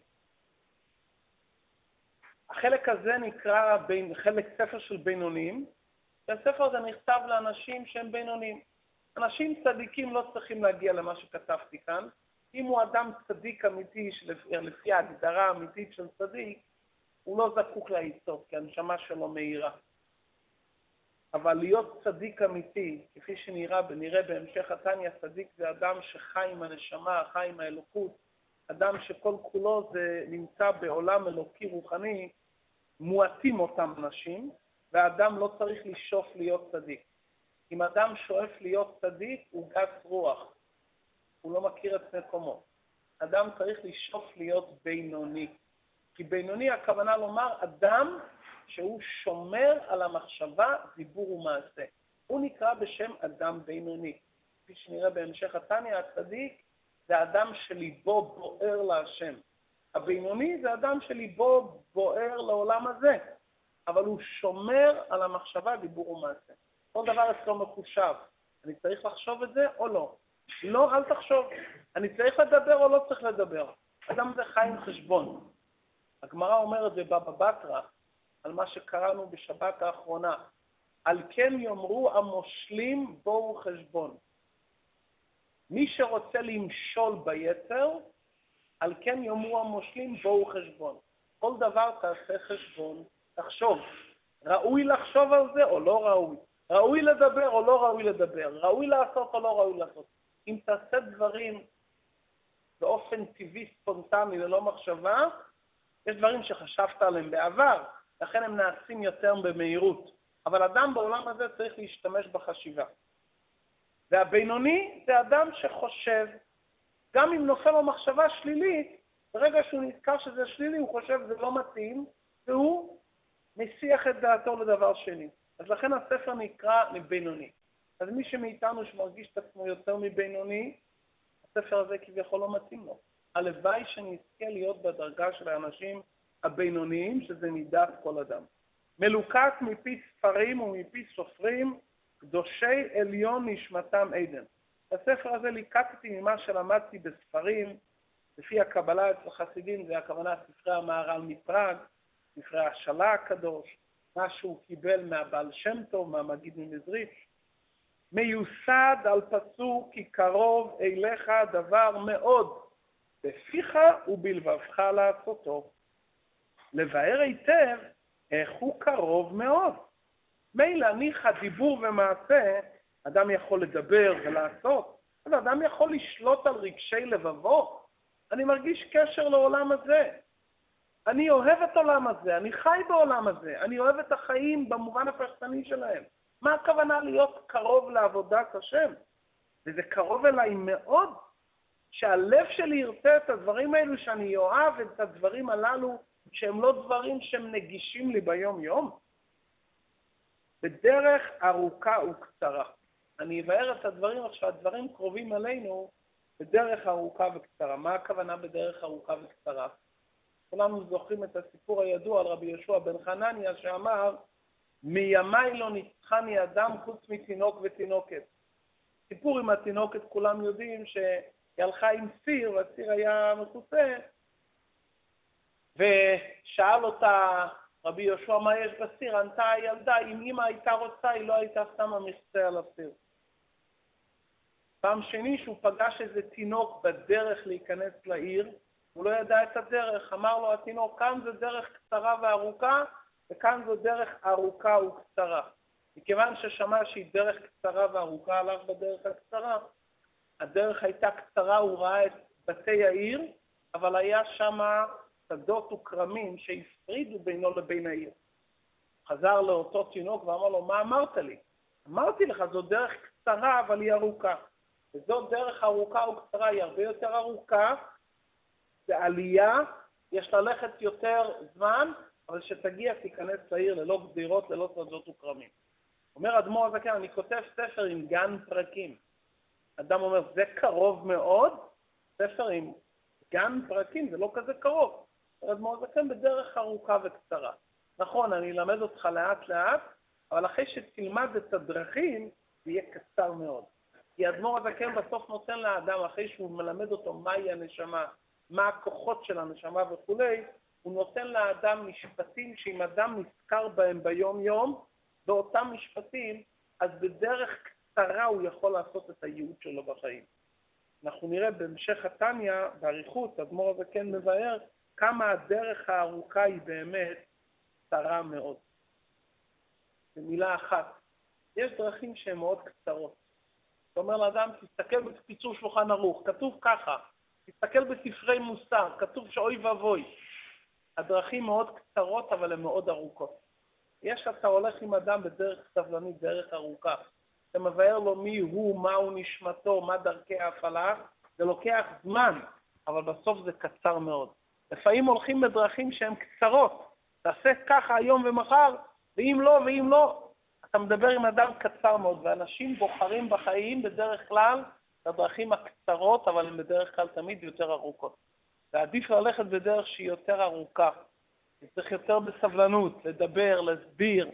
החלק הזה נקרא ספר של בינונים, והספר הזה נכתב לאנשים שהם בינונים. אנשים צדיקים לא צריכים להגיע למה שכתבתי כאן. אם הוא אדם צדיק אמיתי, לפי ההגדרה האמיתית של צדיק, הוא לא זקוק לעצות, כי הנשמה שלו מהירה. אבל להיות צדיק אמיתי, כפי שנראה בהמשך הטניה, צדיק זה אדם שחי עם הנשמה, חי עם האלוקות, אדם שכל כולו זה נמצא בעולם אלוקי רוחני, מועטים אותם אנשים, והאדם לא צריך לשאוף להיות צדיק. אם אדם שואף להיות צדיק, הוא גס רוח. הוא לא מכיר את מקומו. אדם צריך לשאוף להיות בינוני. כי בינוני הכוונה לומר אדם שהוא שומר על המחשבה, דיבור ומעשה. הוא נקרא בשם אדם בינוני. כפי שנראה בהמשך התניא, הצדיק זה אדם שליבו בוער להשם. הבינוני זה אדם שליבו בוער לעולם הזה, אבל הוא שומר על המחשבה, דיבור ומעשה. כל דבר אצלו מחושב. אני צריך לחשוב את זה או לא? לא, אל תחשוב. אני צריך לדבר או לא צריך לדבר? אדם זה חי עם חשבון. הגמרא אומרת בבבא בתרא, על מה שקראנו בשבת האחרונה, על כן יאמרו המושלים בואו חשבון. מי שרוצה למשול ביצר, על כן יאמרו המושלים בואו חשבון. כל דבר תעשה חשבון, תחשוב. ראוי לחשוב על זה או לא ראוי? ראוי לדבר או לא ראוי לדבר? ראוי לעשות או לא ראוי לעשות? אם תעשה דברים באופן טבעי, ספונטני, ללא מחשבה, יש דברים שחשבת עליהם בעבר, לכן הם נעשים יותר במהירות. אבל אדם בעולם הזה צריך להשתמש בחשיבה. והבינוני זה אדם שחושב, גם אם נופל לו מחשבה שלילית, ברגע שהוא נזכר שזה שלילי, הוא חושב זה לא מתאים, והוא מסיח את דעתו לדבר שני. אז לכן הספר נקרא מבינוני. אז מי שמאיתנו שמרגיש את עצמו יותר מבינוני, הספר הזה כביכול לא מתאים לו. הלוואי שנזכה להיות בדרגה של האנשים הבינוניים, שזה מידת כל אדם. מלוקק מפי ספרים ומפי סופרים, קדושי עליון נשמתם עדן. בספר הזה ליקטתי ממה שלמדתי בספרים, לפי הקבלה אצל חסידים, זה הכוונה ספרי המהר"ל מפראג, ספרי השאלה הקדוש, מה שהוא קיבל מהבעל שם טוב, מהמגיד ממזריץ', מיוסד על פסוק כי קרוב אליך דבר מאוד, בפיך ובלבבך לעשותו. לבאר היטב איך הוא קרוב מאוד. מילא ניחא דיבור ומעשה, אדם יכול לדבר ולעשות, אבל אדם יכול לשלוט על רגשי לבבו. אני מרגיש קשר לעולם הזה. אני אוהב את העולם הזה, אני חי בעולם הזה, אני אוהב את החיים במובן הפרטני שלהם. מה הכוונה להיות קרוב לעבודת השם? וזה קרוב אליי מאוד, שהלב שלי ירצה את הדברים האלו, שאני אוהב את הדברים הללו, שהם לא דברים שהם נגישים לי ביום יום. בדרך ארוכה וקצרה. אני אבאר את הדברים, עכשיו הדברים קרובים עלינו בדרך ארוכה וקצרה. מה הכוונה בדרך ארוכה וקצרה? כולנו זוכרים את הסיפור הידוע על רבי יהושע בן חנניה שאמר, מימי לא ניצחני אדם חוץ מתינוק ותינוקת. סיפור עם התינוקת כולם יודעים שהיא הלכה עם סיר, והסיר היה מכוסה, ושאל אותה רבי יהושע מה יש בסיר, ענתה הילדה, אם אמא הייתה רוצה היא לא הייתה שמה מכסה על הסיר. פעם שני שהוא פגש איזה תינוק בדרך להיכנס לעיר, הוא לא ידע את הדרך, אמר לו התינוק, כאן זה דרך קצרה וארוכה, וכאן זו דרך ארוכה וקצרה. מכיוון ששמע שהיא דרך קצרה וארוכה, הלך בדרך הקצרה. הדרך הייתה קצרה, הוא ראה את בתי העיר, אבל היה שם שדות וקרמים שהפרידו בינו לבין העיר. חזר לאותו תינוק ואמר לו, מה אמרת לי? אמרתי לך, זו דרך קצרה, אבל היא ארוכה. וזו דרך ארוכה וקצרה, היא הרבה יותר ארוכה, זה עלייה, יש ללכת יותר זמן, אבל שתגיע תיכנס לעיר ללא גזירות, ללא שדות וקרמים. אומר אדמו"ר הזקן, אני כותב ספר עם גן פרקים. אדם אומר, זה קרוב מאוד, ספר עם גן פרקים, זה לא כזה קרוב. אומר אדמו"ר הזקן בדרך ארוכה וקצרה. נכון, אני אלמד אותך לאט לאט, אבל אחרי שתלמד את הדרכים, זה יהיה קצר מאוד. כי אדמו"ר הזקן בסוף נותן לאדם, אחרי שהוא מלמד אותו מהי הנשמה, מה הכוחות של הנשמה וכו', הוא נותן לאדם משפטים שאם אדם נזכר בהם ביום יום, באותם משפטים, אז בדרך קצרה הוא יכול לעשות את הייעוד שלו בחיים. אנחנו נראה בהמשך התניא, באריכות, אדמו"ר הזקן מבאר כמה הדרך הארוכה היא באמת קצרה מאוד. במילה אחת, יש דרכים שהן מאוד קצרות. זאת אומרת לאדם, תסתכל בפיצור שולחן ערוך, כתוב ככה, תסתכל בספרי מוסר, כתוב שאוי ואבוי. הדרכים מאוד קצרות, אבל הן מאוד ארוכות. אתה הולך עם אדם בדרך סבלנית, דרך ארוכה. אתה מבאר לו מי הוא, מהו נשמתו, מה דרכי ההפעלה. זה לוקח זמן, אבל בסוף זה קצר מאוד. לפעמים הולכים בדרכים שהן קצרות. תעשה ככה היום ומחר, ואם לא, אתה מדבר עם אדם קצר מאוד, ואנשים בוחרים בחיים בדרך כלל בדרכים הקצרות, אבל הן בדרך כלל תמיד יותר ארוכות. ועדיף ללכת בדרך שהיא יותר ארוכה. צריך יותר בסבלנות, לדבר, להסביר,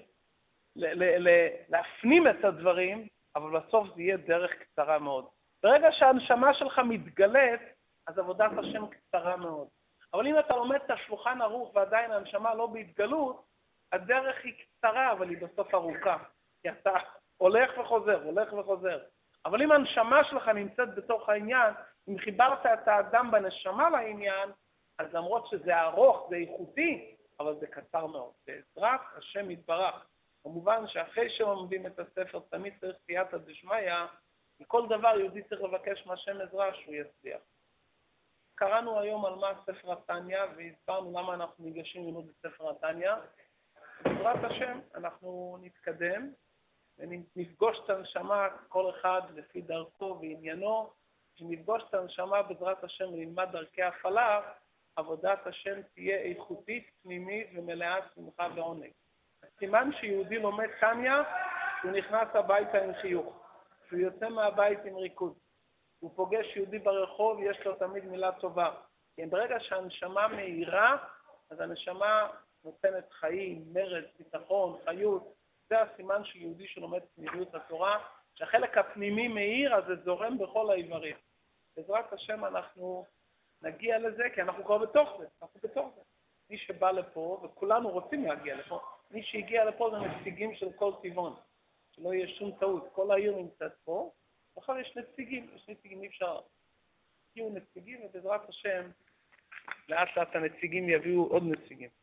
להפנים את הדברים, אבל בסוף זה יהיה דרך קצרה מאוד. ברגע שהנשמה שלך מתגלית, אז עבודת השם קצרה מאוד. אבל אם אתה לומד את השולחן ערוך ועדיין הנשמה לא בהתגלות, הדרך היא קצרה, אבל היא בסוף ארוכה. כי אתה הולך וחוזר. אבל אם הנשמה שלך נמצאת בתוך העניין, אם חיברת את האדם בנשמה לעניין, אז למרות שזה ארוך, זה איכותי, אבל זה קצר מאוד. בעזרת השם יתברך. כמובן שאחרי שלומדים את הספר, תמיד צריך סייעתא דשמיא, מכל דבר יהודי צריך לבקש מהשם עזרה שהוא יצליח. קראנו היום על מה ספר התניא, והסברנו למה אנחנו ניגשים ללמוד את ספר התניא. בעזרת השם אנחנו נתקדם, ונפגוש את הנשמה כל אחד לפי דרכו ועניינו, שנפגוש את הנשמה בעזרת השם וללמד דרכי הפעלה, עבודת השם תהיה איכותית, פנימית ומלאת שמחה ועונג. הסימן שיהודי לומד תניא, הוא נכנס הביתה עם חיוך, שהוא יוצא מהבית עם ריכוז. הוא פוגש יהודי ברחוב, יש לו תמיד מילה טובה. כי ברגע שהנשמה מהירה, אז הנשמה נותנת חיים, מרץ, ביטחון, חיות. זה הסימן שיהודי שלומד פנימיות התורה, שהחלק הפנימי מהיר, אז זה זורם בכל האיברים. בעזרת השם אנחנו נגיע לזה, כי אנחנו כבר בתוך זה. מי שבא לפה, וכולנו רוצים להגיע לפה, מי שהגיע לפה זה נציגים של כל טבעון. שלא יהיה שום טעות. כל העיר נמצאת פה, ואחר יש נציגים, אי אפשר. יהיו נציגים, ובעזרת השם, לאט לאט הנציגים יביאו עוד נציגים.